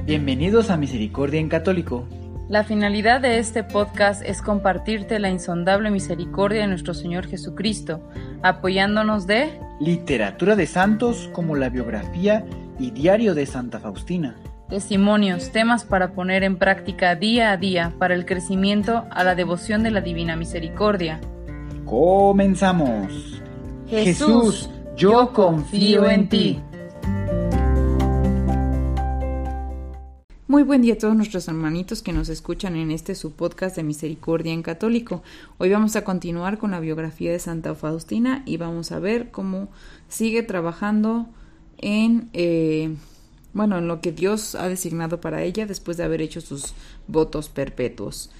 Bienvenidos a Misericordia en Católico. La finalidad de este podcast es compartirte la insondable misericordia de nuestro Señor Jesucristo, apoyándonos de literatura de santos como la biografía y diario de Santa Faustina, testimonios, temas para poner en práctica día a día para el crecimiento a la devoción de la Divina Misericordia. ¡Comenzamos! Jesús, yo confío en ti. Muy buen día a todos nuestros hermanitos que nos escuchan en este su podcast de Misericordia en Católico. Hoy vamos a continuar con la biografía de Santa Faustina y vamos a ver cómo sigue trabajando en lo que Dios ha designado para ella después de haber hecho sus votos perpetuos.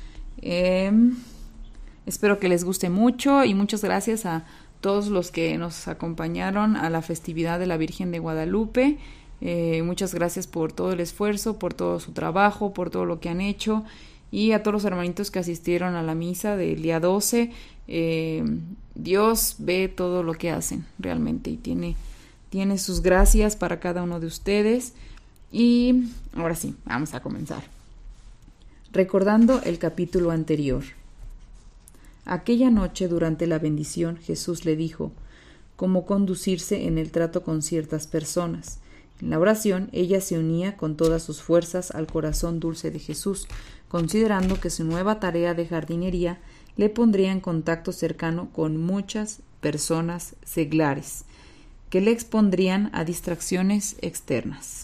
Espero que les guste mucho y muchas gracias a todos los que nos acompañaron a la festividad de la Virgen de Guadalupe. Muchas gracias por todo el esfuerzo, por todo su trabajo, por todo lo que han hecho, y a todos los hermanitos que asistieron a la misa del día 12. Dios ve todo lo que hacen realmente y tiene sus gracias para cada uno de ustedes. Y ahora sí, vamos a comenzar. Recordando el capítulo anterior. Aquella noche durante la bendición Jesús le dijo cómo conducirse en el trato con ciertas personas. En la oración ella se unía con todas sus fuerzas al corazón dulce de Jesús, considerando que su nueva tarea de jardinería le pondría en contacto cercano con muchas personas seglares, que le expondrían a distracciones externas.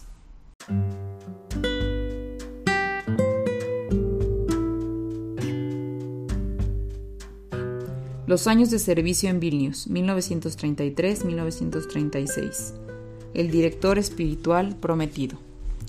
Los años de servicio en Vilnius, 1933-1936. El director espiritual prometido.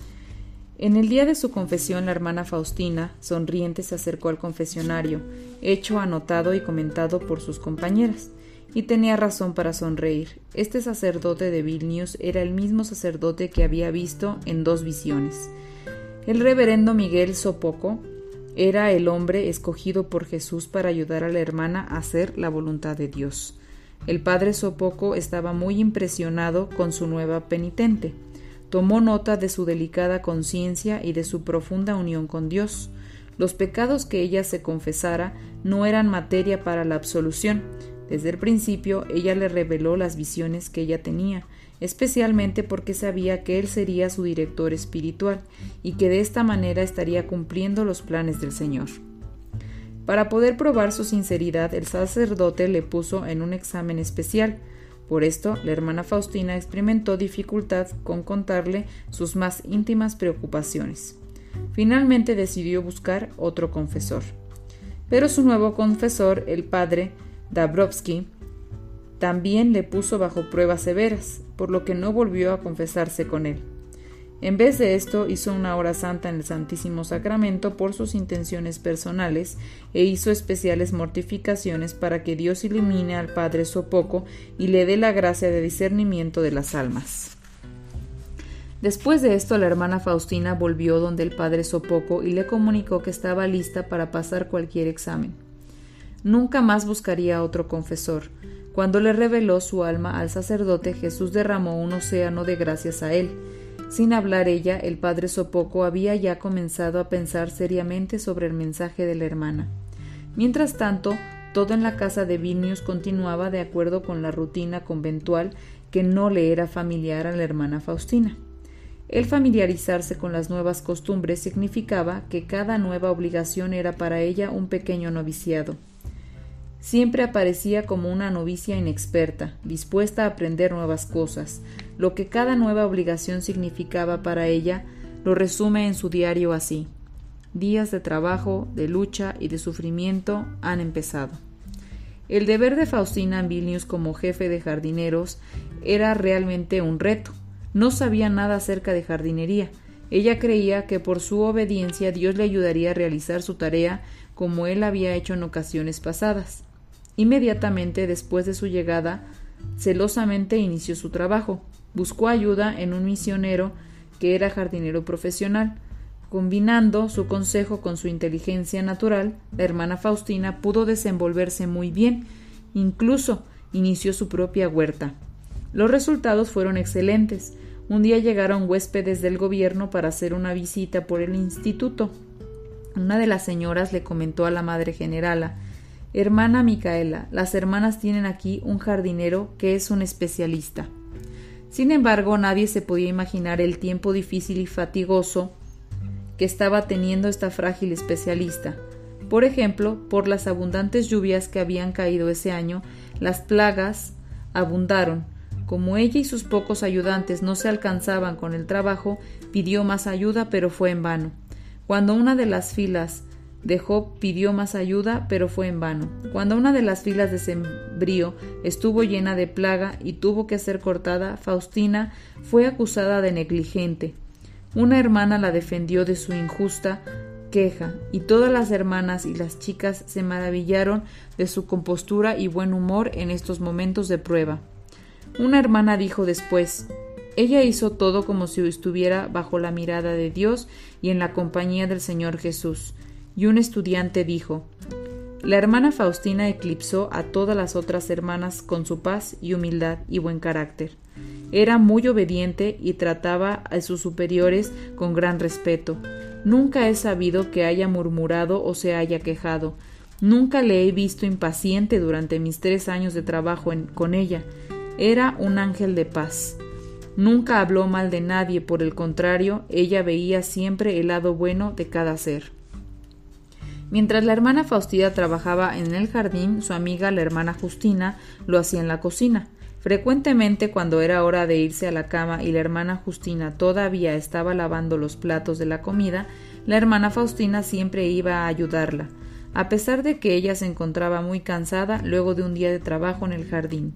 En el día de su confesión, la hermana Faustina, sonriente, se acercó al confesionario, hecho anotado y comentado por sus compañeras, y tenía razón para sonreír. Este sacerdote de Vilnius era el mismo sacerdote que había visto en dos visiones. El reverendo Miguel Sopoco era el hombre escogido por Jesús para ayudar a la hermana a hacer la voluntad de Dios. El padre Sopoco estaba muy impresionado con su nueva penitente. Tomó nota de su delicada conciencia y de su profunda unión con Dios. Los pecados que ella se confesara no eran materia para la absolución. Desde el principio ella le reveló las visiones que ella tenía, especialmente porque sabía que él sería su director espiritual y que de esta manera estaría cumpliendo los planes del Señor. Para poder probar su sinceridad, el sacerdote le puso en un examen especial. Por esto, la hermana Faustina experimentó dificultad con contarle sus más íntimas preocupaciones. Finalmente decidió buscar otro confesor. Pero su nuevo confesor, el padre Dabrowski, también le puso bajo pruebas severas, por lo que no volvió a confesarse con él. En vez de esto, hizo una hora santa en el Santísimo Sacramento por sus intenciones personales e hizo especiales mortificaciones para que Dios ilumine al padre Sopoco y le dé la gracia de discernimiento de las almas. Después de esto, la hermana Faustina volvió donde el padre Sopoco y le comunicó que estaba lista para pasar cualquier examen. Nunca más buscaría otro confesor. Cuando le reveló su alma al sacerdote, Jesús derramó un océano de gracias a él. Sin hablar ella, el padre Sopoco había ya comenzado a pensar seriamente sobre el mensaje de la hermana. Mientras tanto, todo en la casa de Vilnius continuaba de acuerdo con la rutina conventual que no le era familiar a la hermana Faustina. El familiarizarse con las nuevas costumbres significaba que cada nueva obligación era para ella un pequeño noviciado. Siempre aparecía como una novicia inexperta, dispuesta a aprender nuevas cosas. Lo que cada nueva obligación significaba para ella lo resume en su diario así: días de trabajo, de lucha y de sufrimiento han empezado. El deber de Faustina en Vilnius como jefe de jardineros era realmente un reto. No sabía nada acerca de jardinería. Ella creía que por su obediencia Dios le ayudaría a realizar su tarea como él había hecho en ocasiones pasadas. Inmediatamente después de su llegada, celosamente inició su trabajo. Buscó ayuda en un misionero que era jardinero profesional. Combinando su consejo con su inteligencia natural, la hermana Faustina pudo desenvolverse muy bien. Incluso inició su propia huerta. Los resultados fueron excelentes. Un día llegaron huéspedes del gobierno para hacer una visita por el instituto. Una de las señoras le comentó a la madre generala: «Hermana Micaela, las hermanas tienen aquí un jardinero que es un especialista». Sin embargo, nadie se podía imaginar el tiempo difícil y fatigoso que estaba teniendo esta frágil especialista. Por ejemplo, por las abundantes lluvias que habían caído ese año, las plagas abundaron. Como ella y sus pocos ayudantes no se alcanzaban con el trabajo, pidió más ayuda, pero fue en vano. Cuando una de las filas de Job pidió más ayuda, pero fue en vano. Cuando una de las filas de sembrío estuvo llena de plaga y tuvo que ser cortada, Faustina fue acusada de negligente. Una hermana la defendió de su injusta queja, y todas las hermanas y las chicas se maravillaron de su compostura y buen humor en estos momentos de prueba. Una hermana dijo después: «Ella hizo todo como si estuviera bajo la mirada de Dios y en la compañía del Señor Jesús». Y un estudiante dijo: «La hermana Faustina eclipsó a todas las otras hermanas con su paz y humildad y buen carácter. Era muy obediente y trataba a sus superiores con gran respeto. Nunca he sabido que haya murmurado o se haya quejado. Nunca le he visto impaciente durante mis 3 años de trabajo con ella. Era un ángel de paz. Nunca habló mal de nadie, por el contrario, ella veía siempre el lado bueno de cada ser». Mientras la hermana Faustina trabajaba en el jardín, su amiga la hermana Justina lo hacía en la cocina. Frecuentemente, cuando era hora de irse a la cama y la hermana Justina todavía estaba lavando los platos de la comida, la hermana Faustina siempre iba a ayudarla, a pesar de que ella se encontraba muy cansada luego de un día de trabajo en el jardín.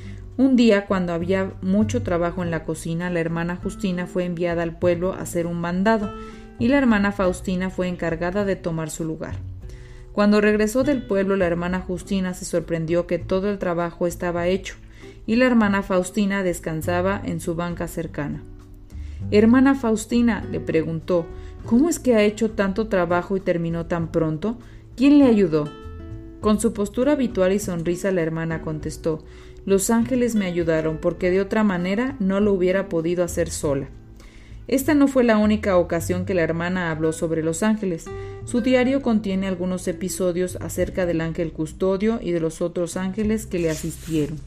Un día, cuando había mucho trabajo en la cocina, la hermana Justina fue enviada al pueblo a hacer un mandado, y la hermana Faustina fue encargada de tomar su lugar. Cuando regresó del pueblo, la hermana Justina se sorprendió que todo el trabajo estaba hecho, y la hermana Faustina descansaba en su banca cercana. «Hermana Faustina», le preguntó, «¿cómo es que ha hecho tanto trabajo y terminó tan pronto? ¿Quién le ayudó?». Con su postura habitual y sonrisa, la hermana contestó: «Los ángeles me ayudaron, porque de otra manera no lo hubiera podido hacer sola». Esta no fue la única ocasión que la hermana habló sobre los ángeles. Su diario contiene algunos episodios acerca del ángel custodio y de los otros ángeles que le asistieron.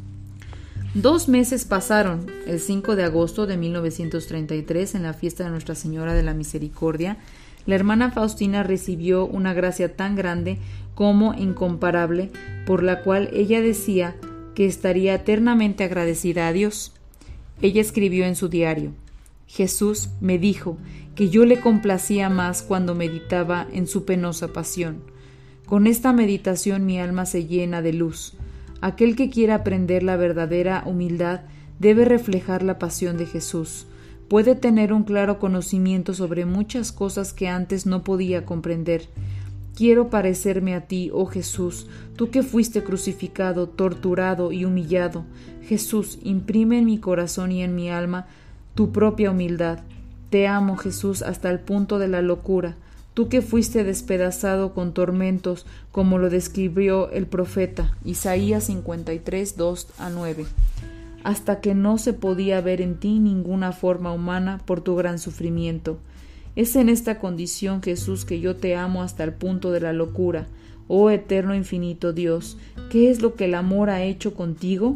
2 meses pasaron. El 5 de agosto de 1933, en la fiesta de Nuestra Señora de la Misericordia, la hermana Faustina recibió una gracia tan grande como incomparable, por la cual ella decía que estaría eternamente agradecida a Dios. Ella escribió en su diario: «Jesús me dijo que yo le complacía más cuando meditaba en su penosa pasión. Con esta meditación mi alma se llena de luz. Aquel que quiera aprender la verdadera humildad debe reflejar la pasión de Jesús. Puede tener un claro conocimiento sobre muchas cosas que antes no podía comprender. Quiero parecerme a ti, oh Jesús, tú que fuiste crucificado, torturado y humillado. Jesús, imprime en mi corazón y en mi alma tu propia humildad. Te amo, Jesús, hasta el punto de la locura, tú que fuiste despedazado con tormentos, como lo describió el profeta, Isaías 53, 2-9, hasta que no se podía ver en ti ninguna forma humana por tu gran sufrimiento. Es en esta condición, Jesús, que yo te amo hasta el punto de la locura. Oh eterno infinito Dios, ¿qué es lo que el amor ha hecho contigo?».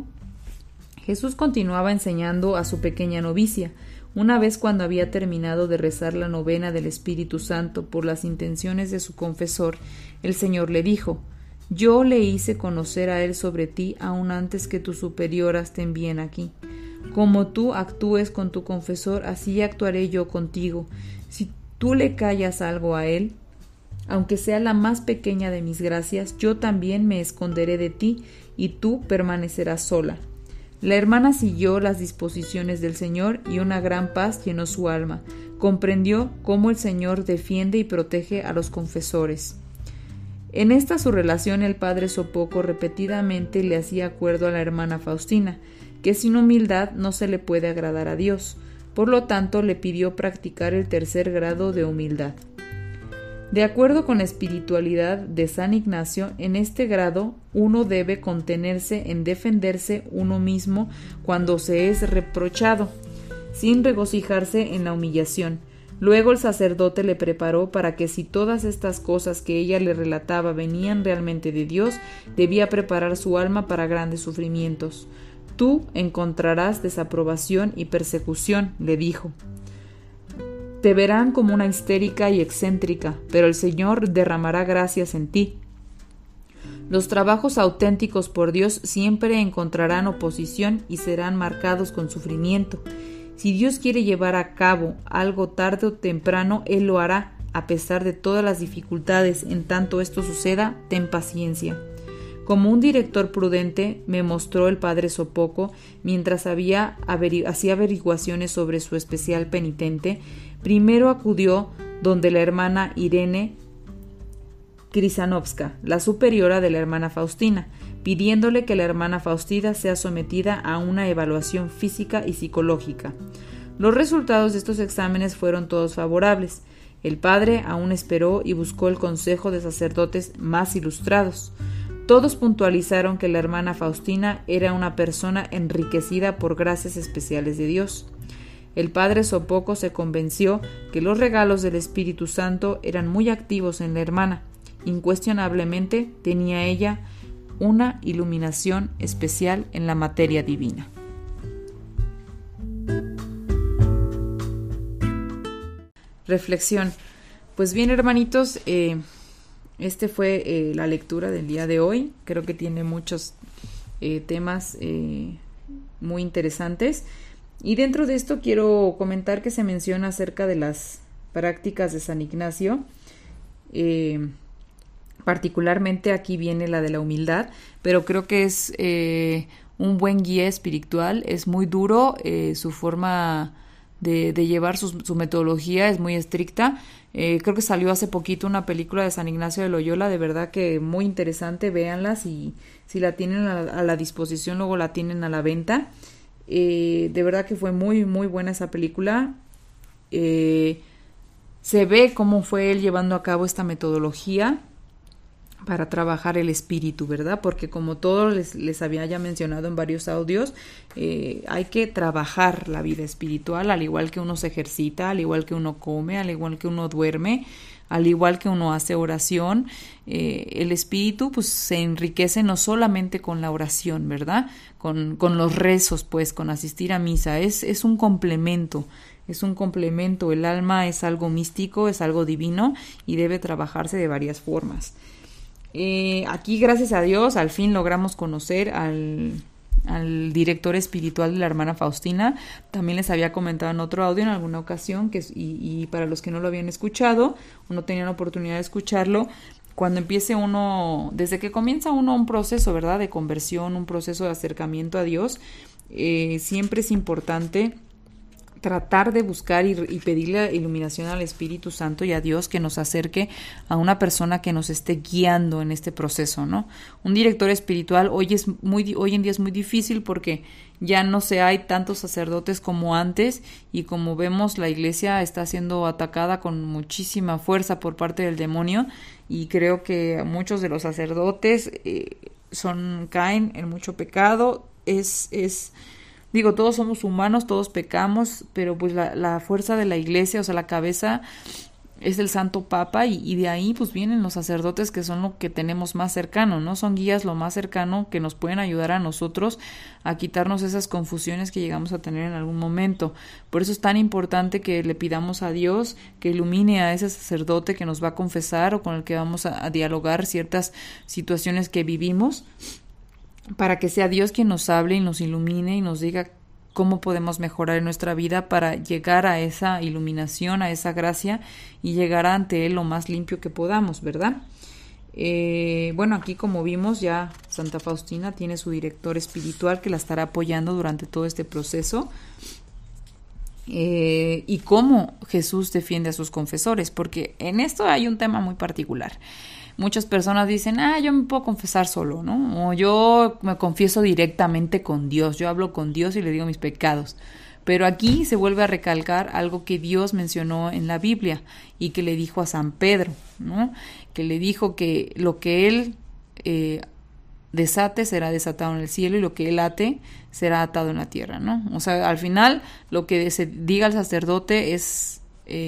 Jesús continuaba enseñando a su pequeña novicia. Una vez, cuando había terminado de rezar la novena del Espíritu Santo por las intenciones de su confesor, el Señor le dijo: «Yo le hice conocer a él sobre ti aún antes que tus superioras te envíen aquí. Como tú actúes con tu confesor, así actuaré yo contigo. Si tú le callas algo a él, aunque sea la más pequeña de mis gracias, yo también me esconderé de ti y tú permanecerás sola». La hermana siguió las disposiciones del Señor y una gran paz llenó su alma. Comprendió cómo el Señor defiende y protege a los confesores. En esta su relación, el padre Sopoco repetidamente le hacía acuerdo a la hermana Faustina que sin humildad no se le puede agradar a Dios. Por lo tanto, le pidió practicar el 3er grado de humildad. De acuerdo con la espiritualidad de San Ignacio, en este grado uno debe contenerse en defenderse uno mismo cuando se es reprochado. sin regocijarse en la humillación. Luego el sacerdote le preparó para que si todas estas cosas que ella le relataba venían realmente de Dios, debía preparar su alma para grandes sufrimientos. Tú encontrarás desaprobación y persecución, le dijo. Te verán como una histérica y excéntrica, pero el Señor derramará gracias en ti. Los trabajos auténticos por Dios siempre encontrarán oposición y serán marcados con sufrimiento. Si Dios quiere llevar a cabo algo tarde o temprano, Él lo hará, a pesar de todas las dificultades. En tanto esto suceda, ten paciencia. Como un director prudente, me mostró el padre Sopoco, mientras hacía averiguaciones sobre su especial penitente, primero acudió donde la hermana Irene Krisanovska, la superiora de la hermana Faustina, pidiéndole que la hermana Faustina sea sometida a una evaluación física y psicológica. Los resultados de estos exámenes fueron todos favorables. El padre aún esperó y buscó el consejo de sacerdotes más ilustrados. Todos puntualizaron que la hermana Faustina era una persona enriquecida por gracias especiales de Dios. El padre Sopoco se convenció que los regalos del Espíritu Santo eran muy activos en la hermana. Incuestionablemente tenía ella una iluminación especial en la materia divina. Reflexión. Pues bien, hermanitos, este fue la lectura del día de hoy. Creo que tiene muchos temas muy interesantes. Y dentro de esto quiero comentar que se menciona acerca de las prácticas de San Ignacio. Particularmente aquí viene la de la humildad, pero creo que es un buen guía espiritual. Es muy duro, su forma de llevar su metodología es muy estricta. Creo que salió hace poquito una película de San Ignacio de Loyola, de verdad que muy interesante, véanlas, y si la tienen a la disposición, luego la tienen a la venta. De verdad que fue muy, muy buena esa película. Se ve cómo fue él llevando a cabo esta metodología para trabajar el espíritu, ¿verdad? Porque como todos les había ya mencionado en varios audios, hay que trabajar la vida espiritual, al igual que uno se ejercita, al igual que uno come, al igual que uno duerme, al igual que uno hace oración. El espíritu pues se enriquece no solamente con la oración, ¿verdad? Con los rezos, pues, con asistir a misa. Es un complemento. Es un complemento. El alma es algo místico, es algo divino y debe trabajarse de varias formas. Aquí, gracias a Dios, al fin logramos conocer al director espiritual de la hermana Faustina. También les había comentado en otro audio en alguna ocasión, y para los que no lo habían escuchado o no tenían oportunidad de escucharlo, cuando empiece uno, desde que comienza uno un proceso, ¿verdad?, de conversión, un proceso de acercamiento a Dios, siempre es importante tratar de buscar y pedirle iluminación al Espíritu Santo y a Dios, que nos acerque a una persona que nos esté guiando en este proceso, ¿no? Un director espiritual hoy en día es muy difícil porque ya no hay tantos sacerdotes como antes, y como vemos, la iglesia está siendo atacada con muchísima fuerza por parte del demonio, y creo que muchos de los sacerdotes caen en mucho pecado. Digo, todos somos humanos, todos pecamos, pero pues la fuerza de la iglesia, o sea, la cabeza es el Santo Papa, y de ahí pues vienen los sacerdotes, que son lo que tenemos más cercano, ¿no? Son guías lo más cercano que nos pueden ayudar a nosotros a quitarnos esas confusiones que llegamos a tener en algún momento. Por eso es tan importante que le pidamos a Dios que ilumine a ese sacerdote que nos va a confesar o con el que vamos a dialogar ciertas situaciones que vivimos, para que sea Dios quien nos hable y nos ilumine y nos diga cómo podemos mejorar en nuestra vida para llegar a esa iluminación, a esa gracia, y llegar ante Él lo más limpio que podamos, ¿verdad? Bueno, aquí como vimos, ya Santa Faustina tiene su director espiritual que la estará apoyando durante todo este proceso. Y cómo Jesús defiende a sus confesores, porque en esto hay un tema muy particular. Muchas personas dicen, yo me puedo confesar solo, ¿no? O yo me confieso directamente con Dios, yo hablo con Dios y le digo mis pecados. Pero aquí se vuelve a recalcar algo que Dios mencionó en la Biblia y que le dijo a San Pedro, ¿no? Que le dijo que lo que él desate será desatado en el cielo y lo que él ate será atado en la tierra, ¿no? O sea, al final lo que se diga el sacerdote es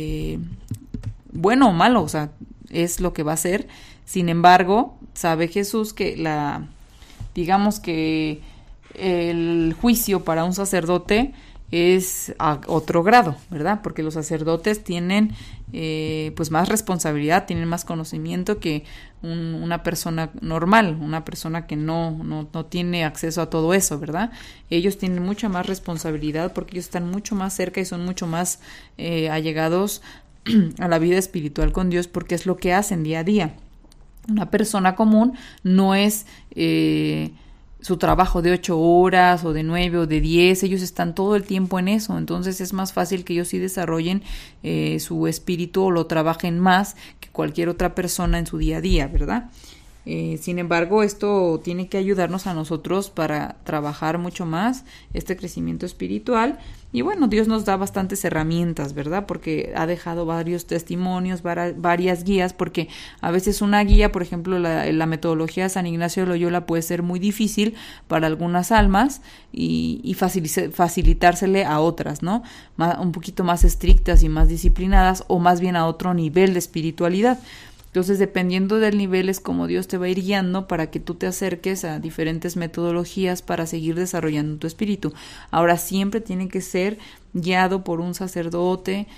bueno o malo, o sea, es lo que va a ser. Sin embargo, sabe Jesús que digamos que el juicio para un sacerdote es a otro grado, ¿verdad? Porque los sacerdotes tienen pues más responsabilidad, tienen más conocimiento que una persona normal, una persona que no tiene acceso a todo eso, ¿verdad? Ellos tienen mucha más responsabilidad porque ellos están mucho más cerca y son mucho más allegados a la vida espiritual con Dios, porque es lo que hacen día a día. Una persona común no es su trabajo de 8 horas o de 9 o de 10, ellos están todo el tiempo en eso, entonces es más fácil que ellos sí desarrollen su espíritu o lo trabajen más que cualquier otra persona en su día a día, ¿verdad? Sin embargo, esto tiene que ayudarnos a nosotros para trabajar mucho más este crecimiento espiritual. Y bueno, Dios nos da bastantes herramientas, ¿verdad? Porque ha dejado varios testimonios, varias guías, porque a veces una guía, por ejemplo, la metodología de San Ignacio de Loyola puede ser muy difícil para algunas almas y facilitársele a otras, ¿no? Un poquito más estrictas y más disciplinadas, o más bien a otro nivel de espiritualidad. Entonces, dependiendo del nivel es como Dios te va a ir guiando para que tú te acerques a diferentes metodologías para seguir desarrollando tu espíritu. Ahora, siempre tiene que ser guiado por un sacerdote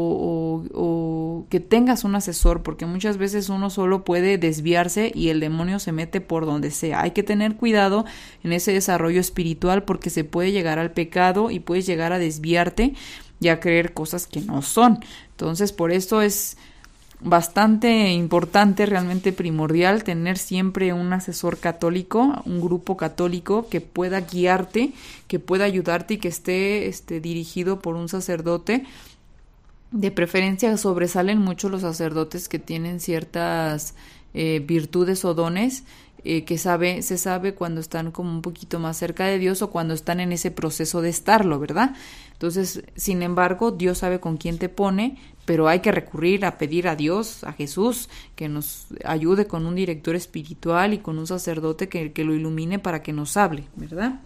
o que tengas un asesor, porque muchas veces uno solo puede desviarse y el demonio se mete por donde sea. Hay que tener cuidado en ese desarrollo espiritual porque se puede llegar al pecado y puedes llegar a desviarte y a creer cosas que no son. Entonces, por esto es bastante importante, realmente primordial, tener siempre un asesor católico, un grupo católico que pueda guiarte, que pueda ayudarte y que esté dirigido por un sacerdote. De preferencia sobresalen mucho los sacerdotes que tienen ciertas virtudes o dones que se sabe cuando están como un poquito más cerca de Dios o cuando están en ese proceso de estarlo, ¿verdad? Entonces, sin embargo, Dios sabe con quién te pone, pero hay que recurrir a pedir a Dios, a Jesús, que nos ayude con un director espiritual y con un sacerdote que lo ilumine para que nos hable, ¿verdad?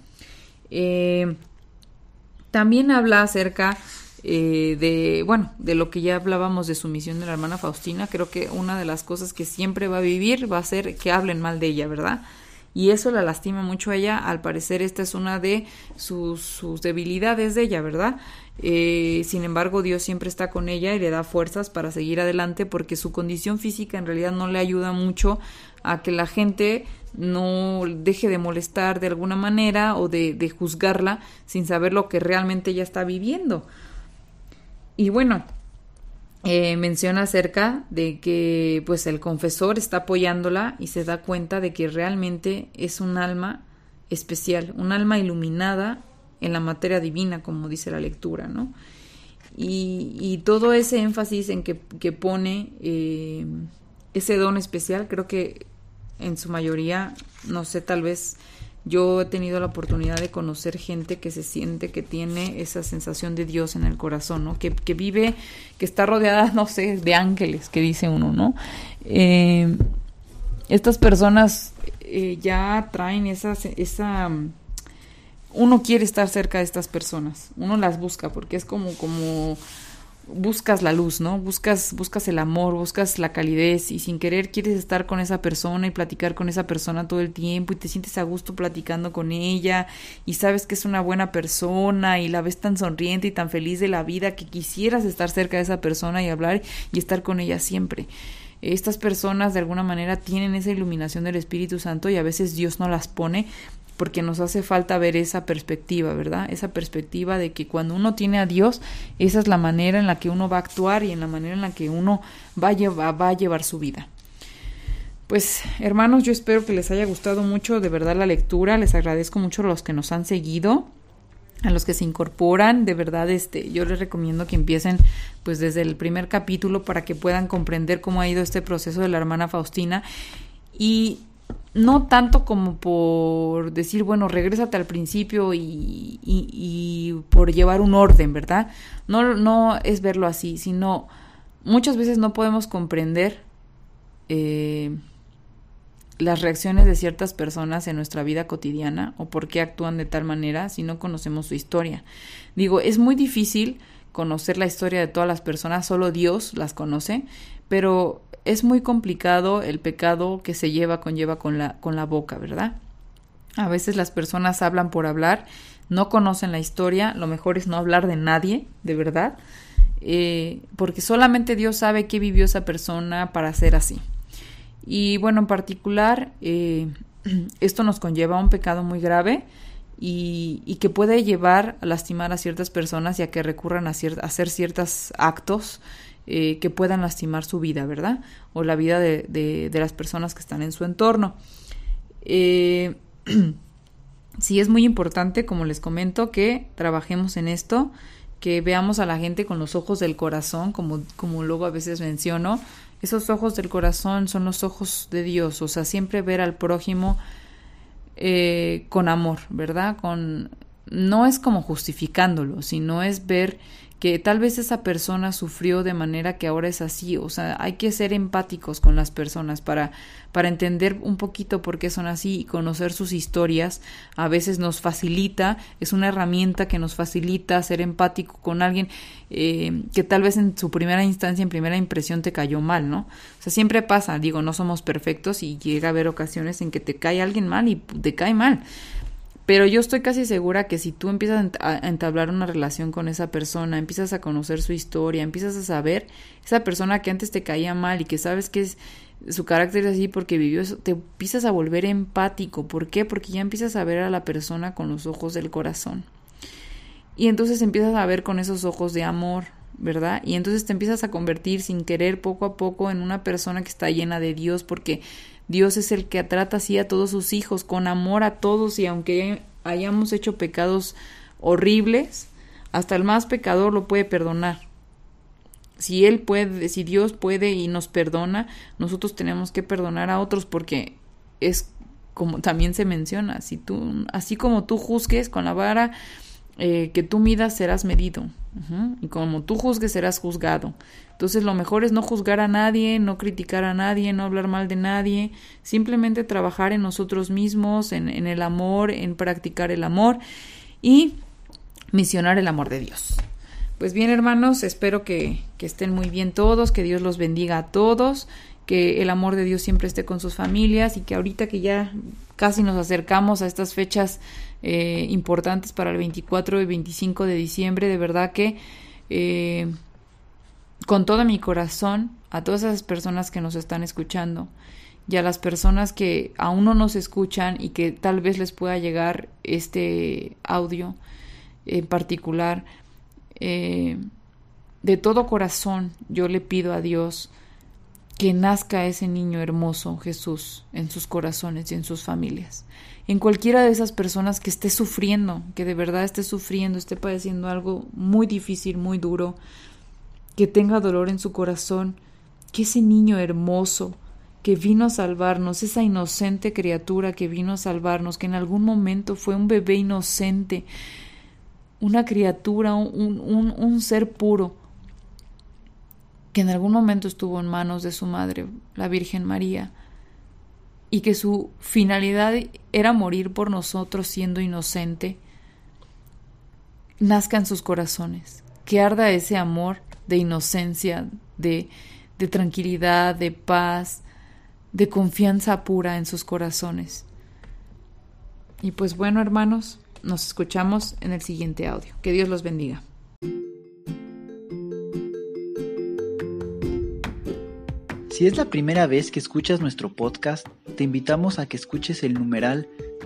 También habla acerca de lo que ya hablábamos de su misión de la hermana Faustina. Creo que una de las cosas que siempre va a vivir va a ser que hablen mal de ella, ¿verdad? Y eso la lastima mucho a ella. Al parecer esta es una de sus debilidades de ella, ¿verdad? Sin embargo, Dios siempre está con ella y le da fuerzas para seguir adelante, porque su condición física en realidad no le ayuda mucho a que la gente no deje de molestar de alguna manera o de juzgarla sin saber lo que realmente ella está viviendo. Y bueno, menciona acerca de que pues el confesor está apoyándola y se da cuenta de que realmente es un alma especial, un alma iluminada en la materia divina, como dice la lectura, ¿no? Y todo ese énfasis en que pone ese don especial, creo que en su mayoría, no sé, tal vez yo he tenido la oportunidad de conocer gente que se siente que tiene esa sensación de Dios en el corazón, ¿no? Que vive, que está rodeada, no sé, de ángeles, que dice uno, ¿no? Estas personas ya traen esa uno quiere estar cerca de estas personas, uno las busca porque es como buscas la luz, ¿no? Buscas el amor, buscas la calidez y sin querer quieres estar con esa persona y platicar con esa persona todo el tiempo y te sientes a gusto platicando con ella y sabes que es una buena persona y la ves tan sonriente y tan feliz de la vida que quisieras estar cerca de esa persona y hablar y estar con ella siempre. Estas personas de alguna manera tienen esa iluminación del Espíritu Santo y a veces Dios no las pone porque nos hace falta ver esa perspectiva, ¿verdad? Esa perspectiva de que cuando uno tiene a Dios, esa es la manera en la que uno va a actuar y en la manera en la que uno va a llevar su vida. Pues, hermanos, yo espero que les haya gustado mucho de verdad la lectura. Les agradezco mucho a los que nos han seguido, a los que se incorporan. De verdad, yo les recomiendo que empiecen pues desde el primer capítulo para que puedan comprender cómo ha ido este proceso de la hermana Faustina y no tanto como por decir, bueno, regrésate al principio y por llevar un orden, ¿verdad? No es verlo así, sino muchas veces no podemos comprender las reacciones de ciertas personas en nuestra vida cotidiana o por qué actúan de tal manera si no conocemos su historia. Digo, es muy difícil conocer la historia de todas las personas, solo Dios las conoce, pero es muy complicado el pecado que se conlleva con la boca, ¿verdad? A veces las personas hablan por hablar, no conocen la historia, lo mejor es no hablar de nadie, de verdad, porque solamente Dios sabe qué vivió esa persona para ser así. Y bueno, en particular, esto nos conlleva a un pecado muy grave y que puede llevar a lastimar a ciertas personas y a que recurran a hacer ciertos actos que puedan lastimar su vida, ¿verdad? O la vida de las personas que están en su entorno. Sí, es muy importante, como les comento, que trabajemos en esto, que veamos a la gente con los ojos del corazón, como luego a veces menciono. Esos ojos del corazón son los ojos de Dios, o sea, siempre ver al prójimo con amor, ¿verdad? No es como justificándolo, sino es ver que tal vez esa persona sufrió de manera que ahora es así. O sea, hay que ser empáticos con las personas para entender un poquito por qué son así y conocer sus historias. A veces nos facilita, es una herramienta que nos facilita ser empático con alguien que tal vez en su primera instancia, en primera impresión te cayó mal, ¿no? O sea, siempre pasa, digo, no somos perfectos y llega a haber ocasiones en que te cae alguien mal y te cae mal. Pero yo estoy casi segura que si tú empiezas a entablar una relación con esa persona, empiezas a conocer su historia, empiezas a saber, esa persona que antes te caía mal y que sabes que su carácter es así porque vivió eso, te empiezas a volver empático. ¿Por qué? Porque ya empiezas a ver a la persona con los ojos del corazón. Y entonces empiezas a ver con esos ojos de amor, ¿verdad? Y entonces te empiezas a convertir sin querer poco a poco en una persona que está llena de Dios, porque Dios es el que trata así a todos sus hijos, con amor a todos, y aunque hayamos hecho pecados horribles, hasta el más pecador lo puede perdonar. Si Dios puede y nos perdona, nosotros tenemos que perdonar a otros, porque es como también se menciona, así como tú juzgues con la vara que tú midas, serás medido. Y como tú juzgues, serás juzgado. Entonces lo mejor es no juzgar a nadie, no criticar a nadie, no hablar mal de nadie, simplemente trabajar en nosotros mismos, en el amor, en practicar el amor y misionar el amor de Dios. Pues bien, hermanos, espero que estén muy bien todos, que Dios los bendiga a todos, que el amor de Dios siempre esté con sus familias y que ahorita que ya casi nos acercamos a estas fechas importantes para el 24 y 25 de diciembre, de verdad que con todo mi corazón, a todas esas personas que nos están escuchando y a las personas que aún no nos escuchan y que tal vez les pueda llegar este audio en particular, de todo corazón yo le pido a Dios que nazca ese niño hermoso, Jesús, en sus corazones y en sus familias. En cualquiera de esas personas que esté sufriendo, que de verdad esté sufriendo, esté padeciendo algo muy difícil, muy duro, que tenga dolor en su corazón, que ese niño hermoso que vino a salvarnos, esa inocente criatura que vino a salvarnos, que en algún momento fue un bebé inocente, una criatura, un ser puro, que en algún momento estuvo en manos de su madre, la Virgen María, y que su finalidad era morir por nosotros siendo inocente, nazca en sus corazones, que arda ese amor de inocencia, de tranquilidad, de paz, de confianza pura en sus corazones. Y pues bueno, hermanos, nos escuchamos en el siguiente audio. Que Dios los bendiga. Si es la primera vez que escuchas nuestro podcast, te invitamos a que escuches el numeral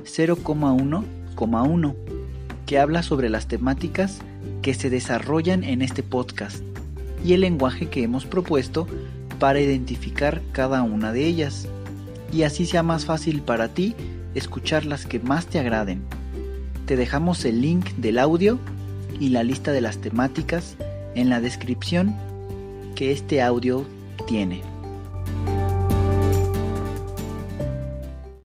0,1,1, que habla sobre las temáticas que se desarrollan en este podcast y el lenguaje que hemos propuesto para identificar cada una de ellas, y así sea más fácil para ti escuchar las que más te agraden. Te dejamos el link del audio y la lista de las temáticas en la descripción que este audio tiene.